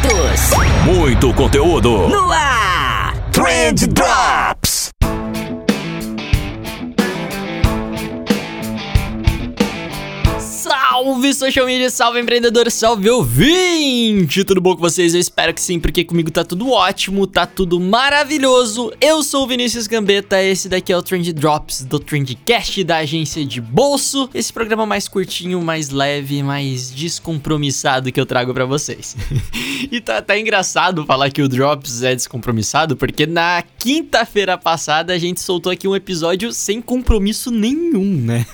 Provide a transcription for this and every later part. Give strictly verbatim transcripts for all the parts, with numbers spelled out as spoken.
Lançamentos. Muito conteúdo. No ar. Trend Drops. Salve social media, salve empreendedor, salve ouvinte! Tudo bom com vocês? Eu espero que sim, porque comigo tá tudo ótimo, tá tudo maravilhoso. Eu sou o Vinícius Gambetta, esse daqui é o Trend Drops do Trendcast da Agência de Bolso. Esse programa mais curtinho, mais leve, mais descompromissado que eu trago pra vocês. E tá até engraçado falar que o Drops é descompromissado, porque na quinta-feira passada a gente soltou aqui um episódio sem compromisso nenhum, né?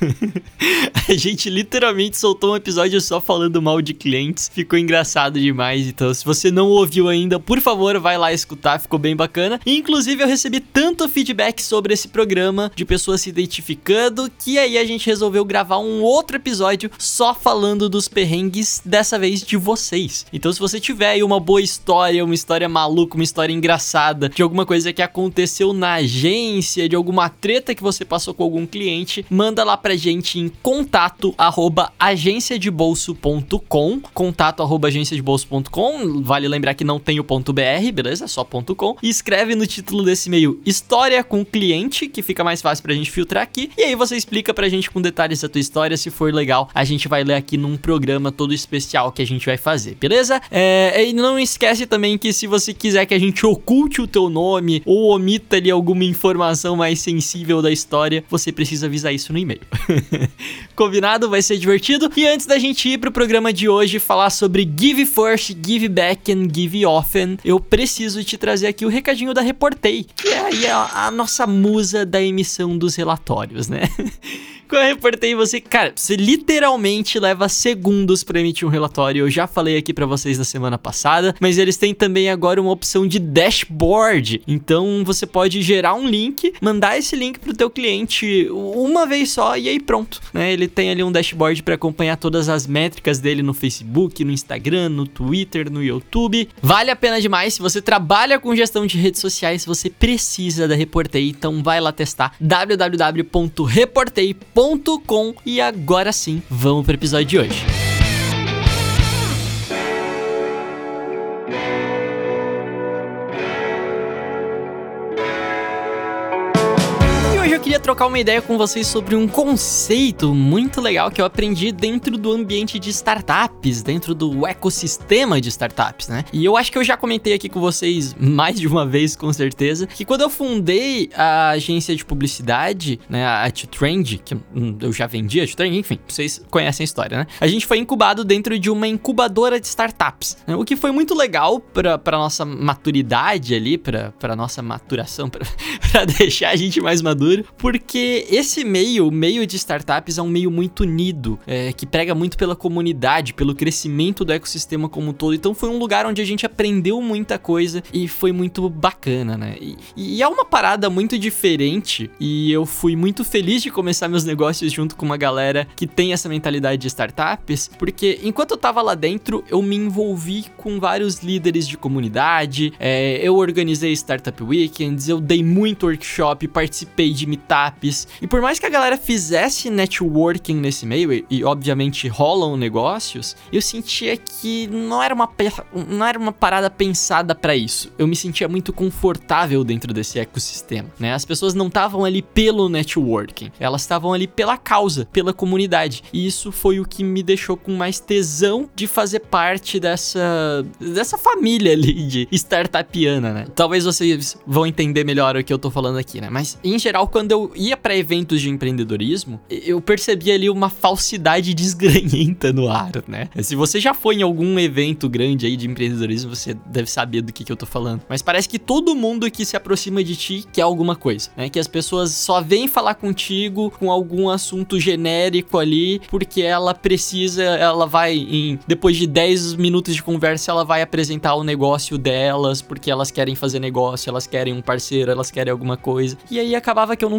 A gente literalmente soltou um episódio só falando mal de clientes. Ficou engraçado demais. Então, se você não ouviu ainda, por favor, vai lá escutar. Ficou bem bacana. E, inclusive, eu recebi tanto feedback sobre esse programa, de pessoas se identificando, que aí a gente resolveu gravar um outro episódio só falando dos perrengues, dessa vez de vocês. Então, se você tiver aí uma boa história, uma história maluca, uma história engraçada, de alguma coisa que aconteceu na agência, de alguma treta que você passou com algum cliente, manda lá pra gente em contato arroba agência de bolso ponto com, contato arroba agência de bolso ponto com, vale lembrar que não tem o ponto .br, beleza? É só ponto .com, e escreve no título desse e-mail história com cliente, que fica mais fácil pra gente filtrar aqui, e aí você explica pra gente com detalhes a tua história. Se for legal, a gente vai ler aqui num programa todo especial que a gente vai fazer, beleza? É, e não esquece também que se você quiser que a gente oculte o teu nome, ou omita ali alguma informação mais sensível da história, você precisa avisar isso no e-mail. Combinado? Vai ser divertido. E antes da gente ir pro programa de hoje falar sobre Give First, Give Back and Give Often, eu preciso te trazer aqui o recadinho da Reportei, que é aí a, a nossa musa da emissão dos relatórios, né? Quando eu reportei você, cara, você literalmente leva segundos pra emitir um relatório. Eu já falei aqui pra vocês na semana passada, mas eles têm também agora uma opção de dashboard. Então você pode gerar um link, mandar esse link pro teu cliente uma vez só e aí pronto, né? Ele tem ali um dashboard pra acompanhar todas as métricas dele no Facebook, no Instagram, no Twitter, no YouTube. Vale a pena demais. Se você trabalha com gestão de redes sociais, você precisa da Reportei. Então vai lá testar w w w ponto reportei ponto com. E agora sim, vamos pro episódio de hoje. Eu queria trocar uma ideia com vocês sobre um conceito muito legal que eu aprendi dentro do ambiente de startups, dentro do ecossistema de startups, né? E eu acho que eu já comentei aqui com vocês mais de uma vez, com certeza, que quando eu fundei a agência de publicidade, né, a TwoTrend, que eu já vendi a TwoTrend, enfim, vocês conhecem a história, né? A gente foi incubado dentro de uma incubadora de startups, né? O que foi muito legal pra, pra nossa maturidade ali, pra, pra nossa maturação, pra, pra deixar a gente mais maduro. Porque esse meio, o meio de startups é um meio muito unido, é, que prega muito pela comunidade, pelo crescimento do ecossistema como um todo. Então foi um lugar onde a gente aprendeu muita coisa e foi muito bacana, né? E, e é uma parada muito diferente e eu fui muito feliz de começar meus negócios junto com uma galera que tem essa mentalidade de startups, porque enquanto eu tava lá dentro, eu me envolvi com vários líderes de comunidade, é, eu organizei Startup Weekends, eu dei muito workshop, participei de meetups, e por mais que a galera fizesse networking nesse meio, e, e obviamente rolam negócios, eu sentia que não era uma, não era uma parada pensada pra isso. Eu me sentia muito confortável dentro desse ecossistema, né? As pessoas não estavam ali pelo networking, elas estavam ali pela causa, pela comunidade, e isso foi o que me deixou com mais tesão de fazer parte dessa, dessa família ali de startupiana, né? Talvez vocês vão entender melhor o que eu tô falando aqui, né? Mas, em geral, quando eu ia pra eventos de empreendedorismo, eu percebi ali uma falsidade desgranhenta no ar, né? Se você já foi em algum evento grande aí de empreendedorismo, você deve saber do que, que eu tô falando. Mas parece que todo mundo que se aproxima de ti quer alguma coisa, né? Que as pessoas só vêm falar contigo com algum assunto genérico ali, porque ela precisa, ela vai em... Depois de dez minutos de conversa, ela vai apresentar o negócio delas, porque elas querem fazer negócio, elas querem um parceiro, elas querem alguma coisa. E aí acabava que eu nunca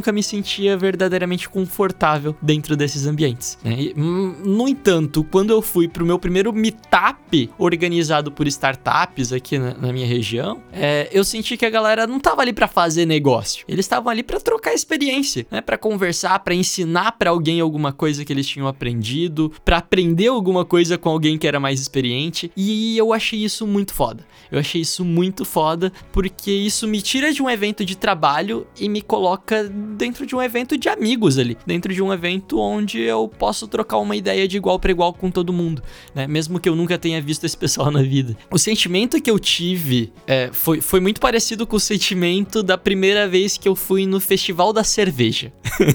nunca me sentia verdadeiramente confortável dentro desses ambientes, né? E, no entanto, quando eu fui pro meu primeiro meetup organizado por startups aqui na, na minha região, é, eu senti que a galera não tava ali pra fazer negócio. Eles estavam ali pra trocar experiência, né? Pra conversar, pra ensinar pra alguém alguma coisa que eles tinham aprendido, pra aprender alguma coisa com alguém que era mais experiente. E eu achei isso muito foda. Eu achei isso muito foda porque isso me tira de um evento de trabalho e me coloca dentro de um evento de amigos ali, dentro de um evento onde eu posso trocar uma ideia de igual para igual com todo mundo, né? Mesmo que eu nunca tenha visto esse pessoal na vida. O sentimento que eu tive é, foi, foi muito parecido com o sentimento da primeira vez que eu fui no Festival da Cerveja.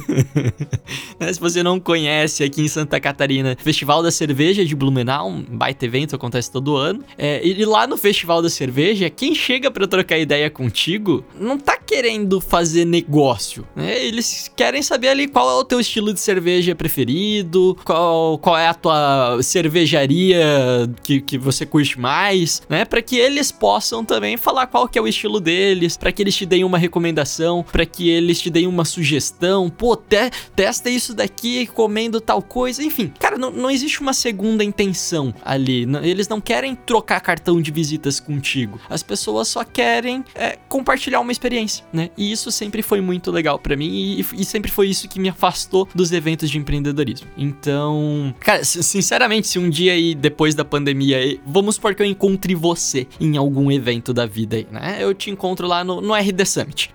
Se você não conhece, aqui em Santa Catarina, Festival da Cerveja de Blumenau, um baita evento, acontece todo ano. É, e lá no Festival da Cerveja, quem chega pra trocar ideia contigo não tá querendo fazer negócio, né? Eles querem saber ali qual é o teu estilo de cerveja preferido, qual, qual é a tua cervejaria que, que você curte mais, né? Pra que eles possam também falar qual que é o estilo deles, pra que eles te deem uma recomendação, pra que eles te deem uma sugestão. Pô, te, testa isso daqui comendo tal coisa, enfim. Cara, não, não existe uma segunda intenção ali. Eles não querem trocar cartão de visitas contigo. As pessoas só querem é, compartilhar uma experiência, né? E isso sempre foi muito legal pra mim e, e sempre foi isso que me afastou dos eventos de empreendedorismo. Então, cara, sinceramente, se um dia aí, depois da pandemia, vamos supor que eu encontre você em algum evento da vida aí, né? Eu te encontro lá no, no R D Summit.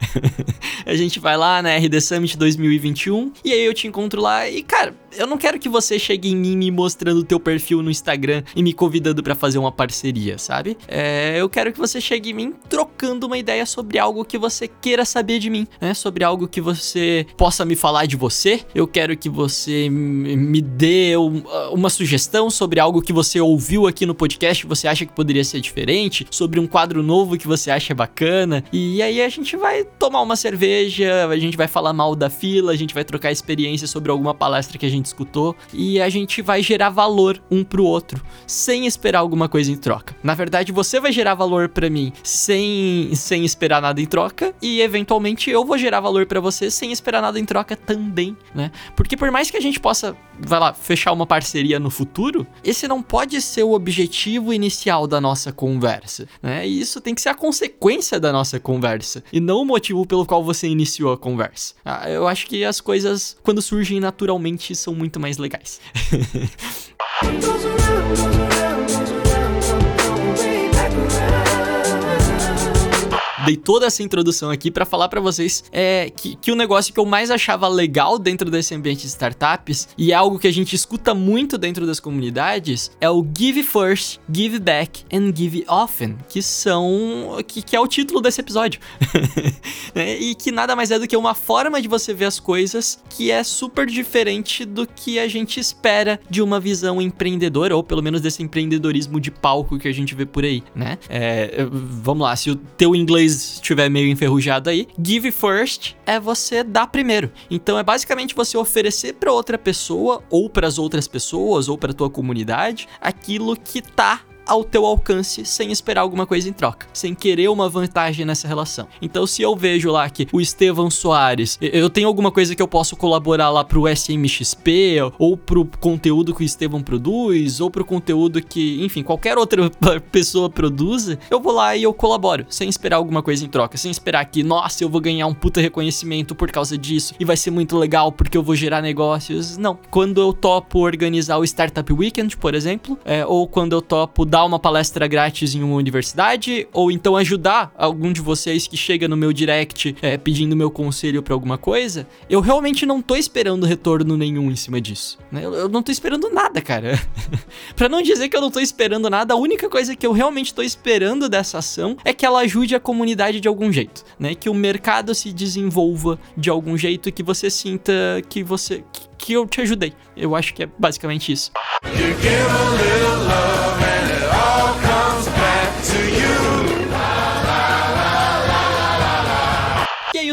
A gente vai lá na R D Summit dois mil e vinte e um e aí eu te encontro lá e, cara, eu não quero que você chegue em mim me mostrando o teu perfil no Instagram e me convidando pra fazer uma parceria, sabe? É, eu quero que você chegue em mim trocando uma ideia sobre algo que você queira saber de mim, né? Sobre algo que você possa me falar de você. Eu quero que você me dê uma sugestão sobre algo que você ouviu aqui no podcast, você acha que poderia ser diferente, sobre um quadro novo que você acha bacana. E aí a gente vai tomar uma cerveja, a gente vai falar mal da fila, a gente vai trocar experiência sobre alguma palestra que a gente escutou e a gente vai gerar valor um pro outro, sem esperar alguma coisa em troca. Na verdade, você vai gerar valor pra mim sem, sem esperar nada em troca e, eventualmente, eu vou gerar valor pra você sem esperar nada em troca também, né? Porque por mais que a gente possa, vai lá, fechar uma parceria no futuro, esse não pode ser o objetivo inicial da nossa conversa, né? E isso tem que ser a consequência da nossa conversa e não o motivo pelo qual você iniciou a conversa. Ah, eu acho que as coisas, quando surgem naturalmente, são muito mais legais. Dei toda essa introdução aqui pra falar pra vocês é, que, que o negócio que eu mais achava legal dentro desse ambiente de startups, e é algo que a gente escuta muito dentro das comunidades, é o Give First, Give Back and Give Often, que são... que, que é o título desse episódio. E que nada mais é do que uma forma de você ver as coisas que é super diferente do que a gente espera de uma visão empreendedora, ou pelo menos desse empreendedorismo de palco que a gente vê por aí, né? É, vamos lá, se o teu inglês estiver meio enferrujado aí, give first é você dar primeiro. Então é basicamente você oferecer para outra pessoa, ou para as outras pessoas, ou para tua comunidade, aquilo que tá ao teu alcance, sem esperar alguma coisa em troca, sem querer uma vantagem nessa relação. Então, se eu vejo lá que o Estevão Soares, eu tenho alguma coisa que eu posso colaborar lá pro S M X P, ou pro conteúdo que o Estevão produz, ou pro conteúdo que, enfim, qualquer outra pessoa produza, eu vou lá e eu colaboro, sem esperar alguma coisa em troca, sem esperar que, nossa, eu vou ganhar um puta reconhecimento por causa disso, e vai ser muito legal porque eu vou gerar negócios. Não. Quando eu topo organizar o Startup Weekend, por exemplo, é, ou quando eu topo dar uma palestra grátis em uma universidade, ou então ajudar algum de vocês que chega no meu direct é, pedindo meu conselho pra alguma coisa, eu realmente não tô esperando retorno nenhum em cima disso, né? Eu, eu não tô esperando nada, cara. Pra não dizer que eu não tô esperando nada, a única coisa que eu realmente tô esperando dessa ação é que ela ajude a comunidade de algum jeito, né? Que o mercado se desenvolva de algum jeito, que você sinta que você... que, que eu te ajudei. Eu acho que é basicamente isso. You give a little love and it all comes back to you. E aí o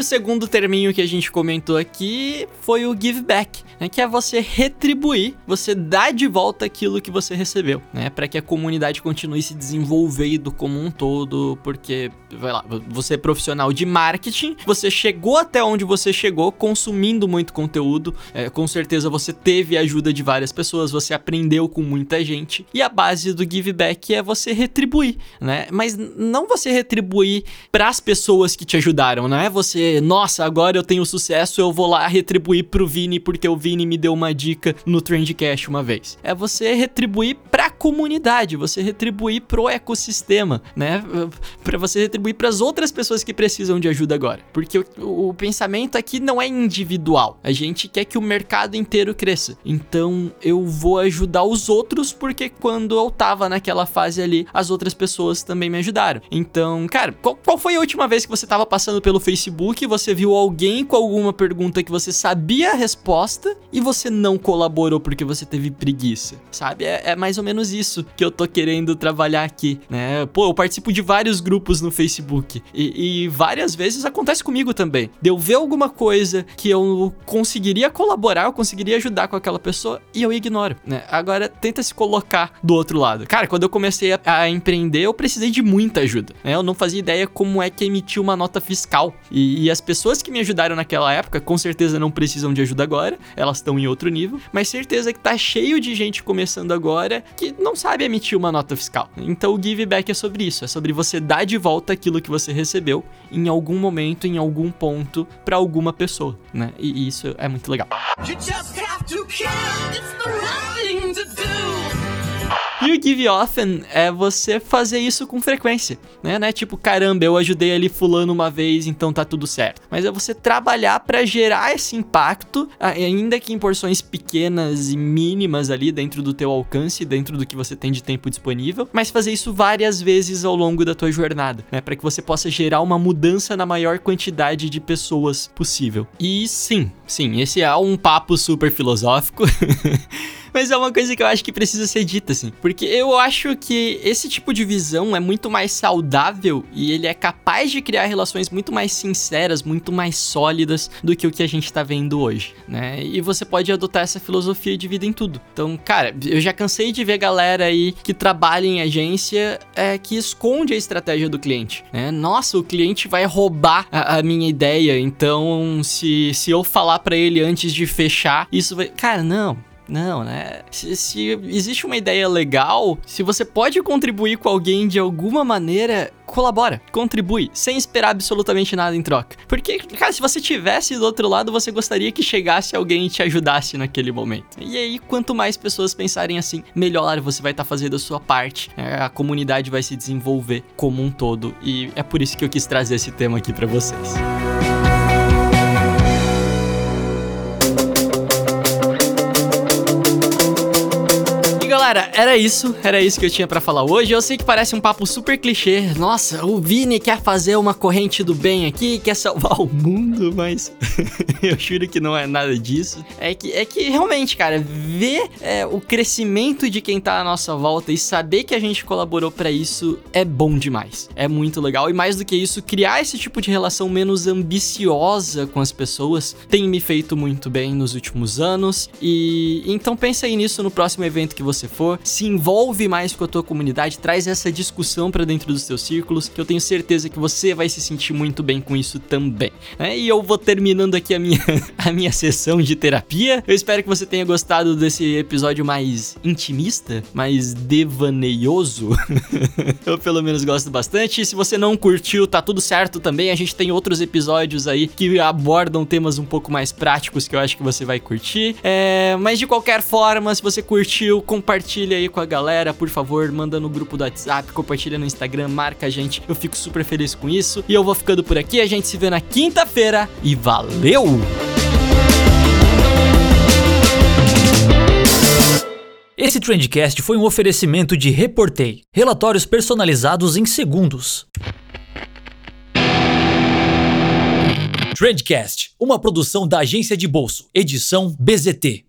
segundo terminho que a gente comentou aqui foi o give back, né? Que é você retribuir, você dar de volta aquilo que você recebeu, né? Para que a comunidade continue se desenvolvendo como um todo, porque, vai lá, você é profissional de marketing, você chegou até onde você chegou consumindo muito conteúdo, é, com certeza você teve a ajuda de várias pessoas, você aprendeu com muita gente, e a base do give back é você retribuir, né? Mas não você retribuir para as pessoas que te ajudaram, não é você, nossa, agora eu tenho sucesso, eu vou lá retribuir pro Vini porque o Vini me deu uma dica no Trendcast uma vez. É você retribuir pra comunidade, você retribuir pro ecossistema, né? Pra você retribuir pras outras pessoas que precisam de ajuda agora. Porque o, o pensamento aqui não é individual. A gente quer que o mercado inteiro cresça. Então eu vou ajudar os outros porque quando eu tava naquela fase ali, as outras pessoas também me ajudaram. Então, cara, qual, qual foi a última vez que você tava passando pelo Facebook, você viu alguém com alguma pergunta que você sabia a resposta e você não colaborou porque você teve preguiça, sabe? É, é mais ou menos isso que eu tô querendo trabalhar aqui, né? Pô, eu participo de vários grupos no Facebook e, e várias vezes acontece comigo também. De eu ver alguma coisa que eu conseguiria colaborar, eu conseguiria ajudar com aquela pessoa e eu ignoro, né? Agora, tenta se colocar do outro lado. Cara, quando eu comecei a, a empreender, eu precisei de muita ajuda, né? Eu não fazia ideia como é que emitir uma nota fiscal. E, e as pessoas que me ajudaram naquela época, com certeza não precisam de ajuda agora, elas estão em outro nível, mas certeza que tá cheio de gente começando agora que não sabe emitir uma nota fiscal. Então o give back é sobre isso, é sobre você dar de volta aquilo que você recebeu em algum momento, em algum ponto, pra alguma pessoa, né? E, e isso é muito legal. You just have to care, it's the right thing to do. E o give often é você fazer isso com frequência, né? Não é tipo, caramba, eu ajudei ali fulano uma vez, então tá tudo certo. Mas é você trabalhar pra gerar esse impacto, ainda que em porções pequenas e mínimas ali dentro do teu alcance, dentro do que você tem de tempo disponível, mas fazer isso várias vezes ao longo da tua jornada, né? Pra que você possa gerar uma mudança na maior quantidade de pessoas possível. E sim, sim, esse é um papo super filosófico. Mas é uma coisa que eu acho que precisa ser dita, assim. Porque eu acho que esse tipo de visão é muito mais saudável e ele é capaz de criar relações muito mais sinceras, muito mais sólidas do que o que a gente tá vendo hoje, né? E você pode adotar essa filosofia de vida em tudo. Então, cara, eu já cansei de ver galera aí que trabalha em agência é, que esconde a estratégia do cliente, né? Nossa, o cliente vai roubar a, a minha ideia, então se, se eu falar pra ele antes de fechar, isso vai... Cara, não... Não, né? Se, se existe uma ideia legal, se você pode contribuir com alguém de alguma maneira, colabora, contribui, sem esperar absolutamente nada em troca. Porque, cara, se você tivesse do outro lado, você gostaria que chegasse alguém e te ajudasse naquele momento. E aí, quanto mais pessoas pensarem assim, melhor você vai estar tá fazendo a sua parte. A comunidade vai se desenvolver como um todo. E é por isso que eu quis trazer esse tema aqui pra vocês. Galera, era isso, era isso que eu tinha pra falar hoje. Eu sei que parece um papo super clichê. Nossa, o Vini quer fazer uma corrente do bem aqui, quer salvar o mundo, mas eu juro que não é nada disso. É que, é que realmente, cara, ver é, o crescimento de quem tá à nossa volta e saber que a gente colaborou pra isso é bom demais. É muito legal. E mais do que isso, criar esse tipo de relação menos ambiciosa com as pessoas tem me feito muito bem nos últimos anos. E então pensa aí nisso no próximo evento que você for, se envolve mais com a tua comunidade, traz essa discussão pra dentro dos teus círculos, que eu tenho certeza que você vai se sentir muito bem com isso também, né? E eu vou terminando aqui a minha, a minha sessão de terapia. Eu espero que você tenha gostado desse episódio mais intimista, mais devaneioso. Eu pelo menos gosto bastante. E se você não curtiu, tá tudo certo também. A gente tem outros episódios aí que abordam temas um pouco mais práticos que eu acho que você vai curtir. É, mas de qualquer forma, se você curtiu, compartilha aí com a galera, por favor, manda no grupo do WhatsApp, compartilha no Instagram, marca a gente, eu fico super feliz com isso. E eu vou ficando por aqui, a gente se vê na quinta-feira e valeu! Esse Trendcast foi um oferecimento de Reportei, relatórios personalizados em segundos. Trendcast, uma produção da Agência de Bolso, edição B Z T.